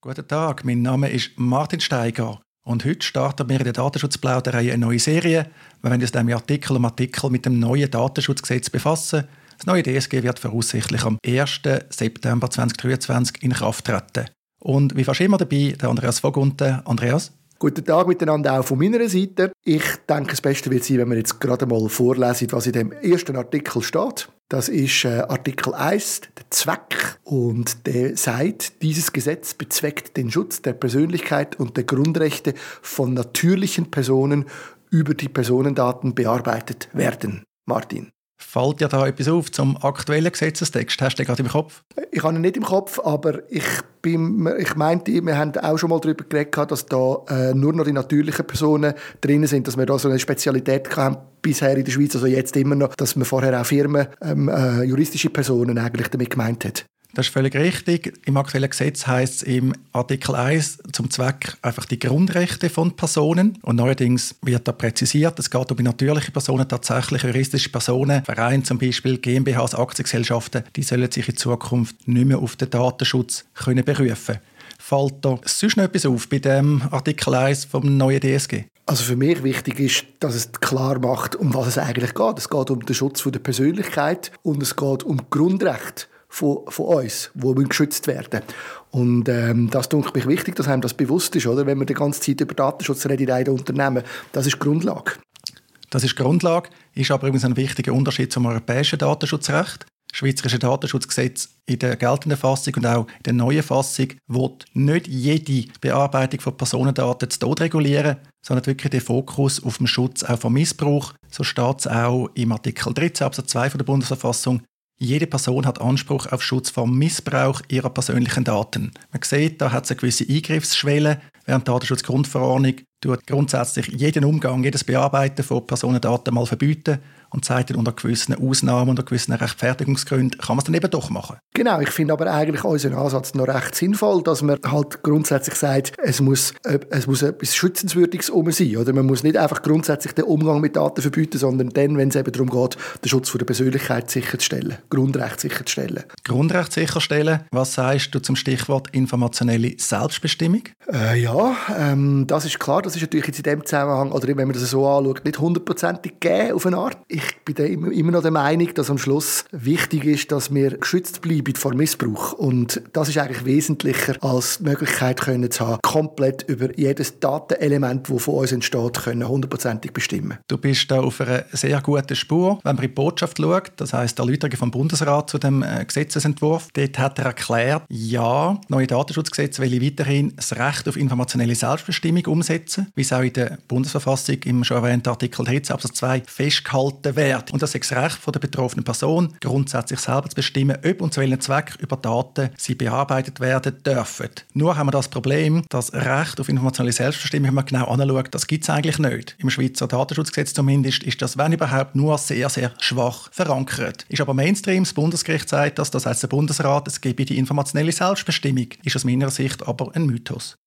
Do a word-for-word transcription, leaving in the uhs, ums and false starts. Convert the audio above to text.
Guten Tag, mein Name ist Martin Steiger und heute starten wir in der Datenschutzplauderei eine neue Serie. Wir werden uns in diesem Artikel um Artikel mit dem neuen Datenschutzgesetz befassen. Das neue D S G wird voraussichtlich am ersten September zweitausenddreiundzwanzig in Kraft treten. Und wie fast immer dabei, der Andreas Vogunten. Andreas? Guten Tag miteinander auch von meiner Seite. Ich denke, das Beste wird sein, wenn wir jetzt gerade mal vorlesen, was in dem ersten Artikel steht. Das ist äh, Artikel eins, der Zweck. Und der sagt, dieses Gesetz bezweckt den Schutz der Persönlichkeit und der Grundrechte von natürlichen Personen, über die Personendaten bearbeitet werden. Martin. Fällt dir da etwas auf zum aktuellen Gesetzestext? Hast du den gerade im Kopf? Ich habe ihn nicht im Kopf, aber ich, bin, ich meinte, wir haben auch schon mal darüber geredet, dass da äh, nur noch die natürlichen Personen drin sind, dass wir da so eine Spezialität haben bisher in der Schweiz, also jetzt immer noch, dass man vorher auch Firmen, ähm, äh, juristische Personen eigentlich damit gemeint hat. Das ist völlig richtig. Im aktuellen Gesetz heisst es im Artikel eins zum Zweck einfach die Grundrechte von Personen. Und neuerdings wird da präzisiert, es geht um die natürliche Personen, tatsächlich juristische Personen, Vereine zum Beispiel, GmbHs, Aktiengesellschaften, die sollen sich in Zukunft nicht mehr auf den Datenschutz können berufen. Fällt da sonst noch etwas auf bei dem Artikel eins vom neuen D S G? Also für mich wichtig ist, dass es klar macht, um was es eigentlich geht. Es geht um den Schutz der Persönlichkeit und es geht um Grundrechte von, von uns, die geschützt werden. Und ähm, das denke ich wichtig, dass einem das bewusst ist, oder? Wenn wir die ganze Zeit über Datenschutz reden in den Unternehmen. Das ist die Grundlage. Das ist die Grundlage, ist aber übrigens ein wichtiger Unterschied zum europäischen Datenschutzrecht. Das schweizerische Datenschutzgesetz in der geltenden Fassung und auch in der neuen Fassung will nicht jede Bearbeitung von Personendaten zu Tode regulieren, sondern wirklich den Fokus auf den Schutz auch vom Missbrauch. So steht es auch im Artikel dreizehn Absatz zwei von der Bundesverfassung. Jede Person hat Anspruch auf Schutz vor Missbrauch ihrer persönlichen Daten. Man sieht, da hat es eine gewisse Eingriffsschwelle, während die Datenschutzgrundverordnung tut grundsätzlich jeden Umgang, jedes Bearbeiten von Personendaten mal verbieten und sagt dann, unter gewissen Ausnahmen, unter gewissen Rechtfertigungsgründen kann man es dann eben doch machen. Genau, ich finde aber eigentlich unseren Ansatz noch recht sinnvoll, dass man halt grundsätzlich sagt, es muss, es muss etwas Schützenswürdiges um sein. Oder? Man muss nicht einfach grundsätzlich den Umgang mit Daten verbieten, sondern dann, wenn es eben darum geht, den Schutz der Persönlichkeit sicherzustellen, Grundrecht sicherzustellen. Grundrecht sicherstellen, was sagst du zum Stichwort informationelle Selbstbestimmung? Äh, ja, ähm, das ist klar, das ist natürlich jetzt in dem Zusammenhang, oder wenn man das so anschaut, nicht hundertprozentig gegeben auf eine Art. Ich bin da immer, immer noch der Meinung, dass am Schluss wichtig ist, dass wir geschützt bleiben vor Missbrauch. Und das ist eigentlich wesentlicher, als die Möglichkeit können zu haben, komplett über jedes Datenelement, das von uns entsteht, können hundertprozentig bestimmen. Du bist da auf einer sehr guten Spur. Wenn man in die Botschaft schaut, das heisst die Erläuterung vom Bundesrat zu dem äh, Gesetzesentwurf, dort hat er erklärt, ja, das neue Datenschutzgesetz will weiterhin das Recht auf informationelle Selbstbestimmung umsetzen, wie es auch in der Bundesverfassung im schon erwähnten Artikel dreizehn Absatz zwei festgehalten wird. Und das ist das Recht von der betroffenen Person, grundsätzlich selber zu bestimmen, ob und zu welchem Zweck über Daten sie bearbeitet werden dürfen. Nur haben wir das Problem, das Recht auf informationelle Selbstbestimmung, wenn man genau anschaut, das gibt es eigentlich nicht. Im Schweizer Datenschutzgesetz zumindest ist das, wenn überhaupt, nur sehr, sehr schwach verankert. Ist aber Mainstream, das Bundesgericht sagt das, das heißt der Bundesrat, es gebe die informationelle Selbstbestimmung. Ist aus meiner Sicht aber ein Mythos.